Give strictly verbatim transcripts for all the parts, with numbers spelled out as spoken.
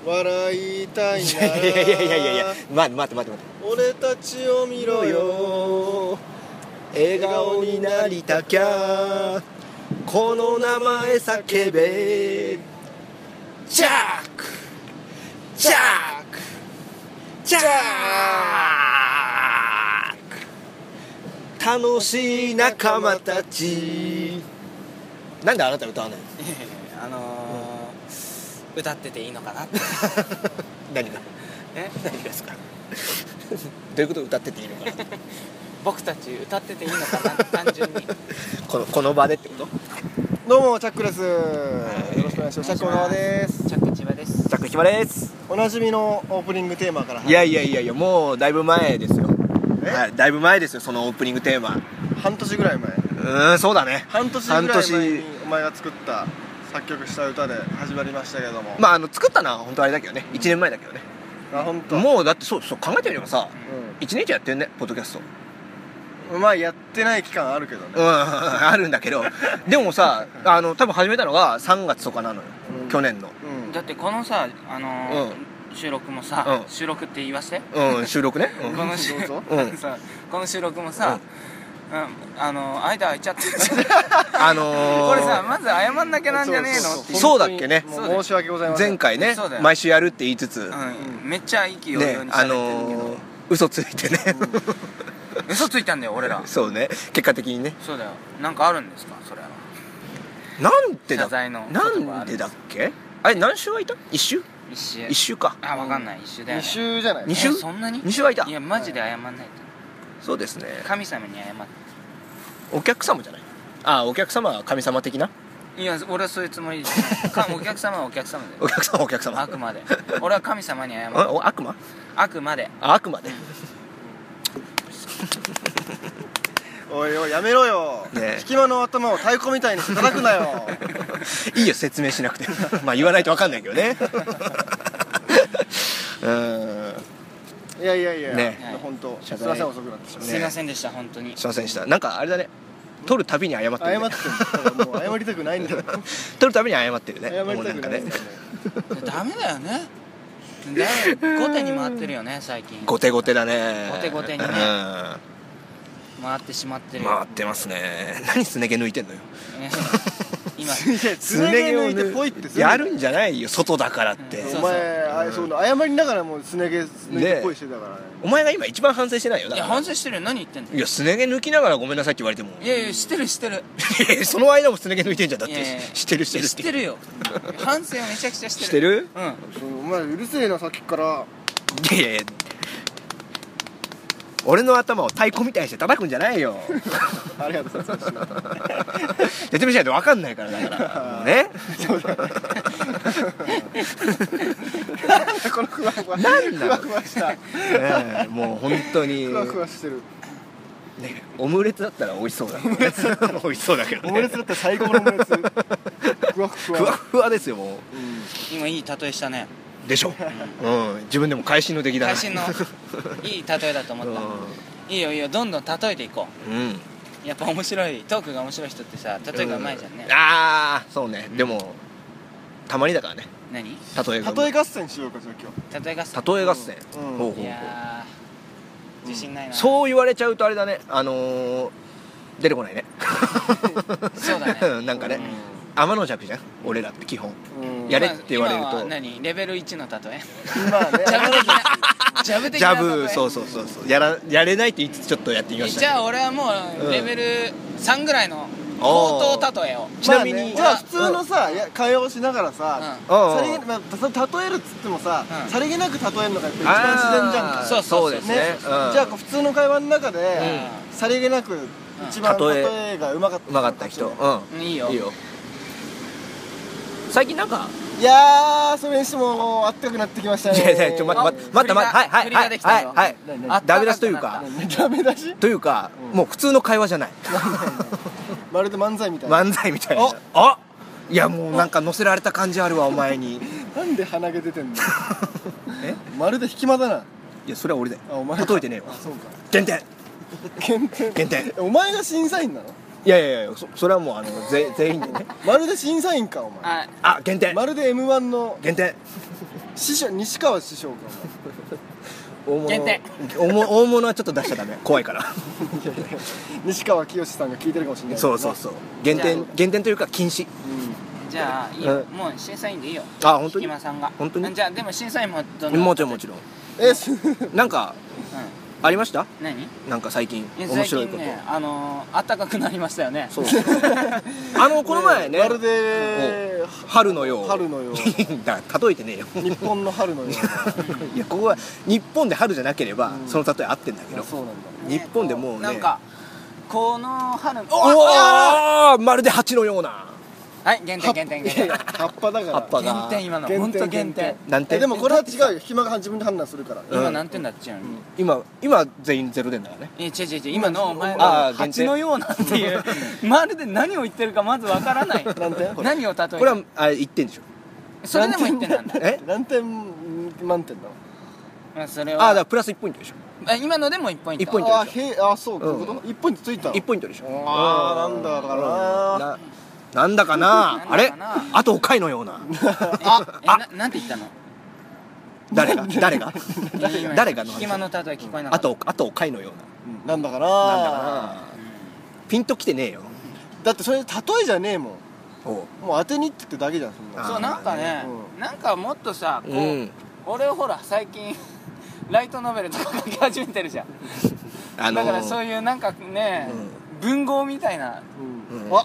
笑いたいならいやいやいやいやいや待って待って待って待って俺たちを見ろよ笑顔になりたきゃこの名前叫べジャックジャックジャック楽しい仲間たち。なんであなた歌わないの？ あのーうん、歌ってていいのかなって何がえ何ですかどういうこと歌ってていいのかな僕たち歌ってていいのかな単純にこの、この場でってこと？ どうもチャックです、よろしくお願いします。チャック小川です。 チャック千葉です。 チャックひまです。 おなじみのオープニングテーマから。 いやいやいやいやもうだいぶ前ですよ。はい、だいぶ前ですよそのオープニングテーマ。 半年ぐらい前。 うーんそうだね。 半年ぐらい前にお前が作った作曲した歌で始まりましたけども、 まああの作ったのは本当あれだけどねいちねんまえだけどね。 あ本当。 もうだってそうそう考えてみればさ、 うん、 いちねん以上やってんねポッドキャスト。 まあやってない期間あるけどね。 うんあるんだけどでもさあの多分始めたのがさんがつとかなのよ、うん、去年の、 うん、 だってこのさあのーうん収録もさ、 うん、 収録って言わせてうん収録ね、うん、 この収録、うん、さこの収録もさ、うんうん、あの間空いちゃってるあのー、 これさまず謝んなきゃなんじゃねえのっていう。 そうだっけね。 申し訳ございません。 前回ね毎週やるって言いつつ、 うん、めっちゃ息をようにされてるけど、ね、あのー、 嘘ついてね、 うん、嘘ついたんだよ俺ら。 そうね結果的にね。 そうだよ。なんかあるんですかそれは。 なんでだ謝罪のなんでだっけ。あれ何週空いた？一週？ 一週。 一週か。 あ分かんない一週だよね。 二週じゃない。 二週？ そんなに？ 二週空いた。 いやマジで謝んないと。 そうですね。 神様に謝って。 お客様じゃない。あお客様は神様的な。 いや俺はそういうつもりですお客様はお客様でお客様お客様あくまで俺は神様に謝る。 あ悪魔？ あくまでああくまでおいおいやめろよ、ね、引き間の頭を太鼓みたいにして叩くなよいいよ説明しなくてまあ言わないと分かんないけどねうんいやいやいやね本当すいません遅くなってしまって、 すいませんでした本当にすいませんでした。なんかあれだね撮るたびに謝ってる、ね、 謝ってるもう謝りたくないんだよ撮るたびに謝ってるね。 謝りたくないんだよねダメだよね。後手に回ってるよね最近。 後手後手だね。 後手後手にね、うん、回ってしまってるよ。 回ってますね。何すね毛抜いてんのよ今すね毛抜いてポイってするやるんじゃないよ外だからって、 うん、お前あ、うん、そう謝りながらもすね毛すね毛っぽいしてたからね。 お前が今一番反省してないよ。だからいや反省してるよ。何言ってんの。 いやすね毛抜きながらごめんなさいって言われてもいやいやしてるしてるその間もすね毛抜いてんじゃんだって。 いやいやしてるしてるしてるよ反省をめちゃくちゃしてる。 してる。 うんそうお前うるせえなさっきから。 いやいや俺の頭を太鼓みたいにして叩くんじゃないよありがとうございます説明しないと分かんないからだからもうねそうだねこのふわふわなんだふわふわした、 ね、もう本当にふわふわしてる、 ね、オムレツだったら美味しそうだ、ね、美味しそうだけど、ね、 オムレツだったら最高のオムレツふわふわふわふわですよもう、うん、 今いい例えしたね。 でしょ、うん、自分でも会心の出来だな。 会心のいい例えだと思った、うん、いいよいいよどんどん例えていこう、うん、やっぱ面白いトークが面白い人ってさ例えがうまいじゃんね、 うん、ああそうね、うん、でもたまにだからね。 何例えが例え合戦しようかじゃあ今日例え合戦例え合戦、 うんうん、 ほうほうほう。 いや自信ないな、 そう言われちゃうとあれだねあのー、出てこないねそうだねなんかね、うん、天の弱じゃん俺らって基本、うん、やれって言われると今は何レベルいちの例えまあねジャブ的なジャブ的な例え。 ジャブそうそうそうそうやらやれないって言いつつちょっとやってみました。 じゃあ俺はもうレベルさんぐらいの高等例えを、 ちなみに、 まあね、じゃあ普通のさ、うん、会話をしながらさ、うん、さりげ、まあ、例えるっつってもさ、うん、さりげなく例えるのがやっぱ一番自然じゃんか。 そうそうですね、 ね、うん、じゃあ普通の会話の中で、うん、さりげなく一番例えがうまかったうまかった人、 うん、いいよいいよ。 最近なんかいやーそれにしてもあったかくなってきましたね。 いやいやちょ待って待って待ってはいはいはいはいはいダメ出しというかダメ出しというか、うん、もう普通の会話じゃないまるで漫才みたいな漫才みたいな。あいやもうなんか乗せられた感じあるわお前になんで鼻毛出てんのえまるで引き間だな。 いやそれは俺だよ。 あお前例えてねえわ。 そうか減点減点減点。 お前が審査員なの。 いやいやいや そ, それはもうあのぜ全員でねまるで審査員かお前。 あ減点まるで エムワン の減点師匠西川師匠か大物限定大物大物はちょっと出しちゃダメ怖いから西川きよしさんが聞いてるかもしれないそうそうそう減点減点というか禁止じゃあいいよ、 うんもう審査員でいいよ。 あ本当にひまさんが本当にじゃあでも審査員もどんどもちろんもちろんえすなんかうありましたん何なんか最近いや面白いこと最近ねあのー、暖かくなりましたよね。 そうあのこの前ねまるで春のよう春のようだ例えてねえよ日本の春のよういやここは日本で春じゃなければうんその例え合ってんだけどなそうなんだ日本でもうねなんかこの春おおまるで蜂のようなはい減点減点減点葉っぱだから葉っぱが減点今の減点本当減点なんてえでもこれは違うよ暇が自分で判断するからうん今何点だっちゅうの今今全員ゼロ点だからねえ違う違う違う今のお前あーの蜂のようなっていうまるで何を言ってるかまずわからない何点これ何を例えるこれはあいってんでしょそれでもいってんなんだえ何点満点なのまあそれああだからはプラスいちポイントでしょあ今のでもいちポイントいちポイントあへあそうどういうこといちポイントついたいちポイントでしょあーなんだかなななんだかなあれなんだかなあとおかいのようなえななんて言ったの誰が誰が今誰がの今の例え聞こえなかあったとあとおかいのようななんだかななんだかなピンときてねえよだってそれ例えじゃねえもんおうもう当てにってってだけじゃんそんなあそうなんかねうなんかもっとさこう、 うん俺ほら最近ライトノベルとか書き始めてるじゃん、 あのーだからそういうなんかね、文豪みたいなうんうんあ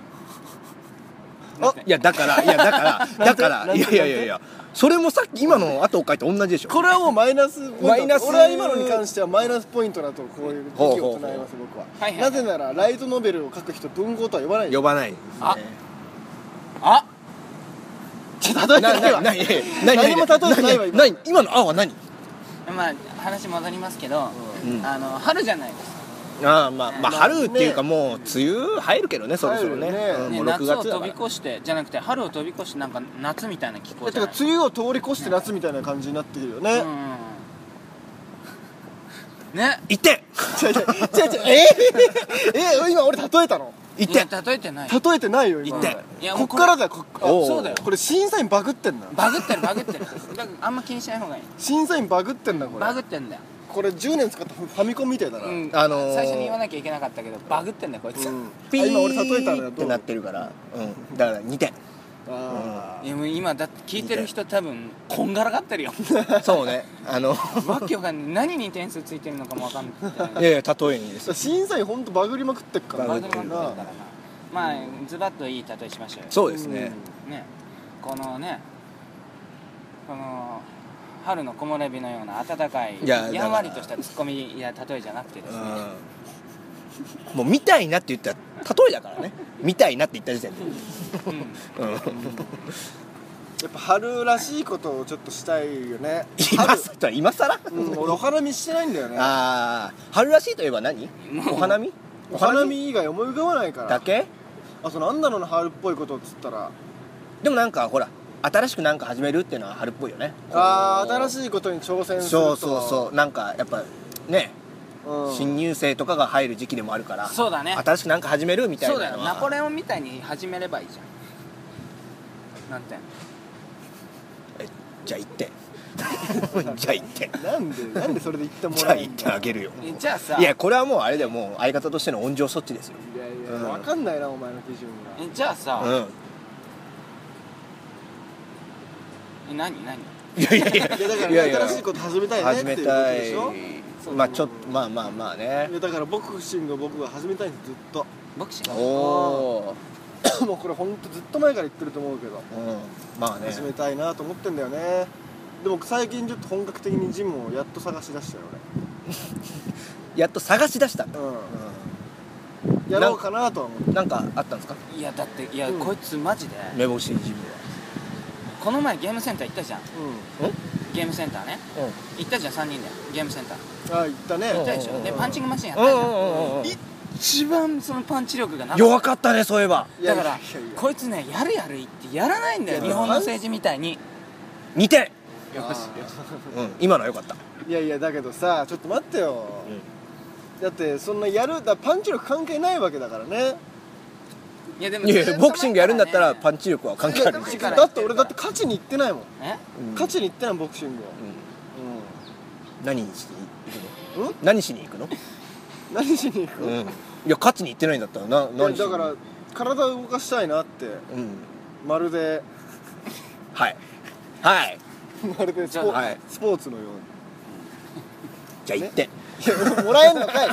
なんていやだからいやだからだからなんていやいやいやいやそれもさっき今の後を書いて同じでしょこれはもうマイナスポイントマイナス俺は今のに関してはマイナスポイントだとこういう武器を唱えます僕ははいはいなぜならライトノベルを書く人文豪とは呼ばない呼ばないああちょ例えてなないわなな何も例えてないわ今何今の「あ」は何まあ話戻りますけど、 うんあの春じゃないですああまあまあまあ春っていうかもう梅雨入るけどねそろそろね入るねね、 うんもうろく夏をがつだから飛び越してじゃなくて春を飛び越してなんか夏みたいな気候だじゃないから梅雨を通り越して夏みたいな感じになってるよねうんねいってん違う違う違う違うえー、え今俺例えたのいってんいや例えてない例えてないよ今言っていやもうこれこっからだよこっあおうそうだよこれ審査員バグってんなバグってるバグってるだからあんま気にしない方がいい審査員バグってんだこれバグってんだよ、 これじゅうねん使ったファミコンみたいだな、 うんあのー最初に言わなきゃいけなかったけどバグってんだよこいつ、 うんピあ今俺例えたのよーってなってるからうんだからにてんあいやもう今だって聞いてる人多分こんがらがってるよそうねあのわけわかんない何に点数ついてるのかもわかんないいやいや例えにですー審査員ほんとバグりまくってっからババグってるグりまくってるからなまあズバッといい例えしましょうよそうですねねこのねこの春の木漏れ日のような暖かいいやだからやんわりとしたツッコミや例えじゃなくてですねうんもう見たいなって言ったら例えだからね見たいなって言った時点でうんうんやっぱ春らしいことをちょっとしたいよね今さ今さら春、うん、俺お花見してないんだよねああ春らしいといえば何お花見お花見以外思い浮かばないからだけあとなんだろうな春っぽいことっつったらでもなんかほら新しくなんか始めるっていうのは春っぽいよねあー新いしいことに挑戦するとそうそうそうなんかやっぱね、 うん、 新入生とかが入る時期でもあるからそうだね新しくなんか始めるみたいなのはそうだよナポレオンみたいに始めればいいじゃんなんてえじゃあ行ってじゃあ行ってなんでなんでそれで言ってもじゃあ行ってらえんだあげるよえじゃあさいやこれはもうあれでもう相方としての温情措置ですよいやいや、 うん分かんないなお前の基準がえじゃあさ、 うんえ何何いやいやいやいやだから、ね、 いやいや新しいこと始めたいね始めっていうことたいでしょそうまあちょっとまあまあまあねいやだからボクシングを僕が始めたいんですずっとボクシングおおもうこれほんとずっと前から言ってると思うけどうんまあね始めたいなと思ってんだよねでも最近ちょっと本格的にジムをやっと探し出したよやっと探し出したんだ、 俺ううんやろうかなとは思ってん、なんかあったんですかいやだっていや、 うんこいつマジで目星ジムこの前ゲームセンター行ったじゃんうゲームセンターねは行ったじゃんさんにんでゲームセンターんあ言ったね行ったでしうんうんうんょでパンチングマシンやっうんたじゃんうんうんうん一番そのパンチ力がなかった弱かったねそういえばいやだからいやいやこいつねやるやる言ってやらないんだよいや日本の政治みたいににてん、 よしよしうん、今のは良かったいやいやだけどさちょっと待ってよ、だってそんなやるだパンチ力関係ないわけだからねいやでもいやボクシングやるんだったらパンチ力は関係あるんだよ。 だって俺だって勝ちに行ってないもん。 え勝ちに行ってないボクシングは。 何しに行くの？ うん何しに行くの？ 何しに行く？ うん。いや勝ちに行ってないんだったらな何しに？ だから体を動かしたいなって、 うん。 まるではいはい。 まるでスポ,、 はいスポーツのように。 じゃあ行って。 いやもらえんのかい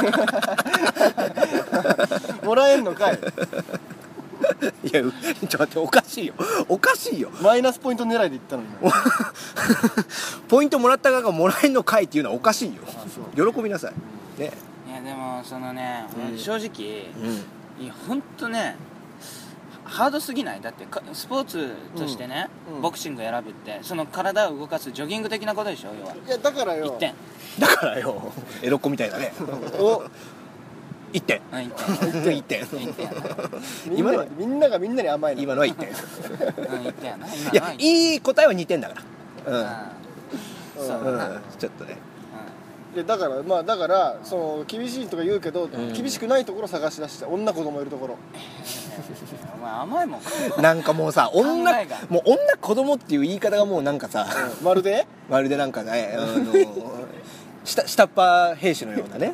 もらえんのかい。 いやちょっと待っておかしいよおかしいよ。 マイナスポイント狙いでいったのにポイントもらった側がもらえんのかいっていうのはおかしいよ。 あそう喜びなさいね。 いやでもそのね、 うん正直、 うん。 いやほんとねハードすぎない？だってかスポーツとしてね、 うんうんボクシング選ぶってその体を動かすジョギング的なことでしょ要は。 いやだからよいってん。 だからよエロっ子みたいだね。 おいってん。 うんいってん。 いってん。 いってんやな。 みんなにみんながみんなに甘いの。 今のはいってん。いうんいってんやな。今のやはいいい答えはにてんだかうんら。うん。 そうだな。 うん。ちょっとね。 いやだからまあだからその厳しいとか言うけど、 ん厳しくないところ探し出して女子供いるところ。 お前甘いもん。 なんかもうさ女考えがもう女子供っていう言い方がもうなんかさまるでまるでなんかねあの下下っ端兵士のようなね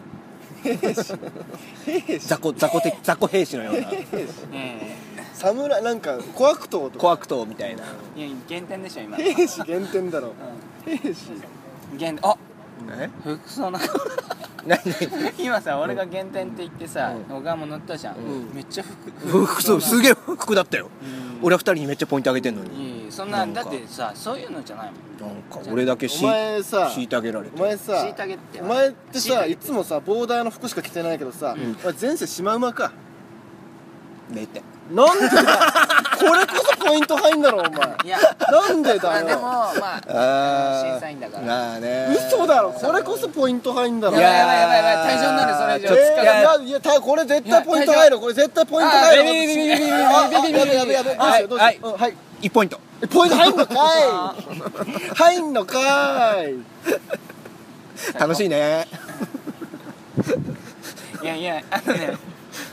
雑魚雑魚的雑魚兵士のようなえ侍なんか小悪党とか小悪党みたいな。 えいや減点でしょ今。 兵士減点だろ。 う兵士ん減あえ服装な何何今さ俺が減点って言ってさ小川も乗ったじゃん、 んめっちゃ服服装すげえ服だったよ。 うん俺はふたりにめっちゃポイントあげてんのに。 いいそんななんかだってさそういうのじゃないもんなんか俺だけしお前さ虐げられてお前さ虐げってお前ってさ虐げいつもさボーダーの服しか着てないけどさ、お前前世シマウマか。 ねってなんでだこれこそポイント入んだろお前。 いやなんでまあでもだよ。 まああー審査員だからなあね嘘だろこれこそポイント入んだろ。 やばいやばいやばいやばい退場になるそれ以上ちょっとえーいやいやたこれ絶対ポイント入るこれ絶対ポイント入る。 あービビビビビビビビビビビああやべやべやべどうしようどうしよう。うんはいいちポイント。 えポイント入んのかい入んのかい。 楽しいね。 いやいやあのね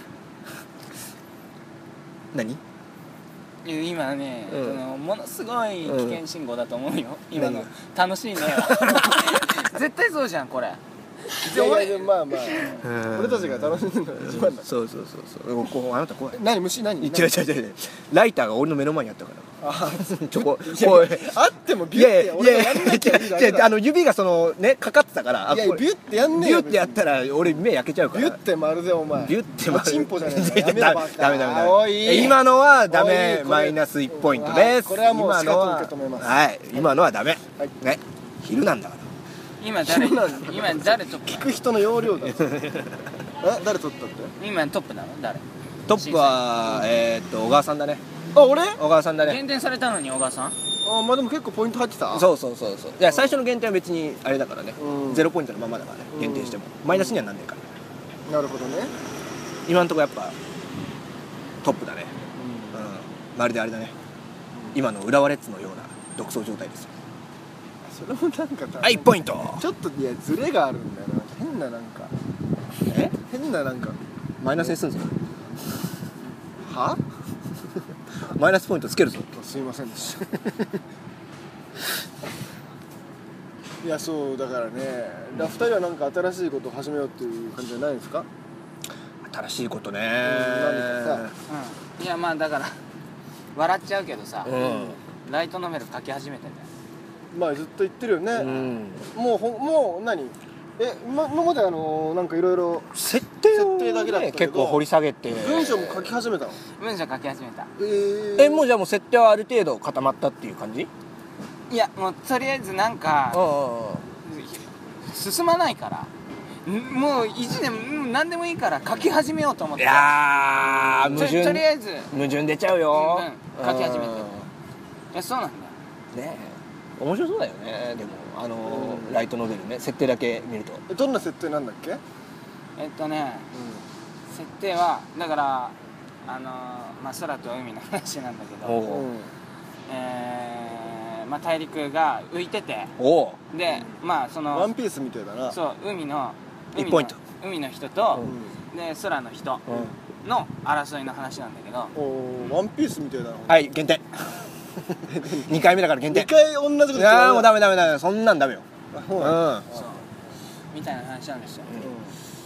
何今ね、 うんそのものすごい危険信号だと思うよ、今の何楽しいね絶対そうじゃんこれ。 いやいやまあまあ俺たちが楽しんでるのが一番だ。 そうそうそうそうこうあなた怖い。 何虫何違う違う違うライターが俺の目の前にあったからあちょこいやこうあってもビいュッてやいやいや俺がやんなきゃいいだけいやだ。 あの指がそのねかかってたからあこれいやビュッてやんねえよ。 ビュッてやったら俺目焼けちゃうからビュッてまるでお前ビュッてまチンポじゃねえいやか。やめろバカダメダメダメおい今のはダおいメこれマイナスいちポイントです。 これはもう今のはしかと受け止めますはい今のはダメはいね昼なんだから今誰そうなんだ今誰トップ聞く人の容量だ。え誰取ったって？ 今トップなの誰？ トップはえーっと小川さんだね。 あ俺？ 小川さんだね。 減点されたのに小川さん。 あまあでも結構ポイント入ってた。 そうそうそうそういや最初の減点は別にあれだからねうんゼロポイントのままだからね減点してもマイナスにはなんないからなるほどね。 今のところやっぱトップだねうんまるであれだね今の浦和レッズのような独走状態ですよ。 それもなんか多分はいいちポイント。 ちょっといやズレがあるんだよな。変ななんかえ変ななんかマイナスにすんぞは？ マイナスポイントつけるぞ。 すいませんでしたいやそうだからねだふたりはなんか新しいことを始めようっていう感じじゃないんですか？ 新しいことね何かさうんいやまあだから笑っちゃうけどさ、 うんライトノベル書き始めてんだよ。 まあずっと言ってるよね、 うんもうほもう何えま今まであのなんかいろいろ設定を設定だけだったけど結構掘り下げて文章も書き始めたの？ 文章書き始めた。 えー、 えもうじゃあもう設定はある程度固まったっていう感じ？ いやもうとりあえずなんか進まないからんもう意地でも何でもいいから書き始めようと思っていやー矛盾ととりあえず矛盾出ちゃうよ、 うんうん書き始めていやそうなんだよ。 ねえ面白そうだよねでもあのーライトノベルね設定だけ見るとえどんな設定なんだっけ？ えっとね設定はだからあのーまあ空と海の話なんだけど、 おううんえーまあ、大陸が浮いてておうでまあそのワンピースみたいだな。 そう海の海のいちポイント海の人と、 うんで空の人うんの争いの話なんだけど、 おーワンピースみたいだな。 はい減点にかいめだから減点。 にかい同じことい言っやーもうダメダメダメ、そんなんダメよ。 そうなんだ。 うんそうみたいな話なんですよ。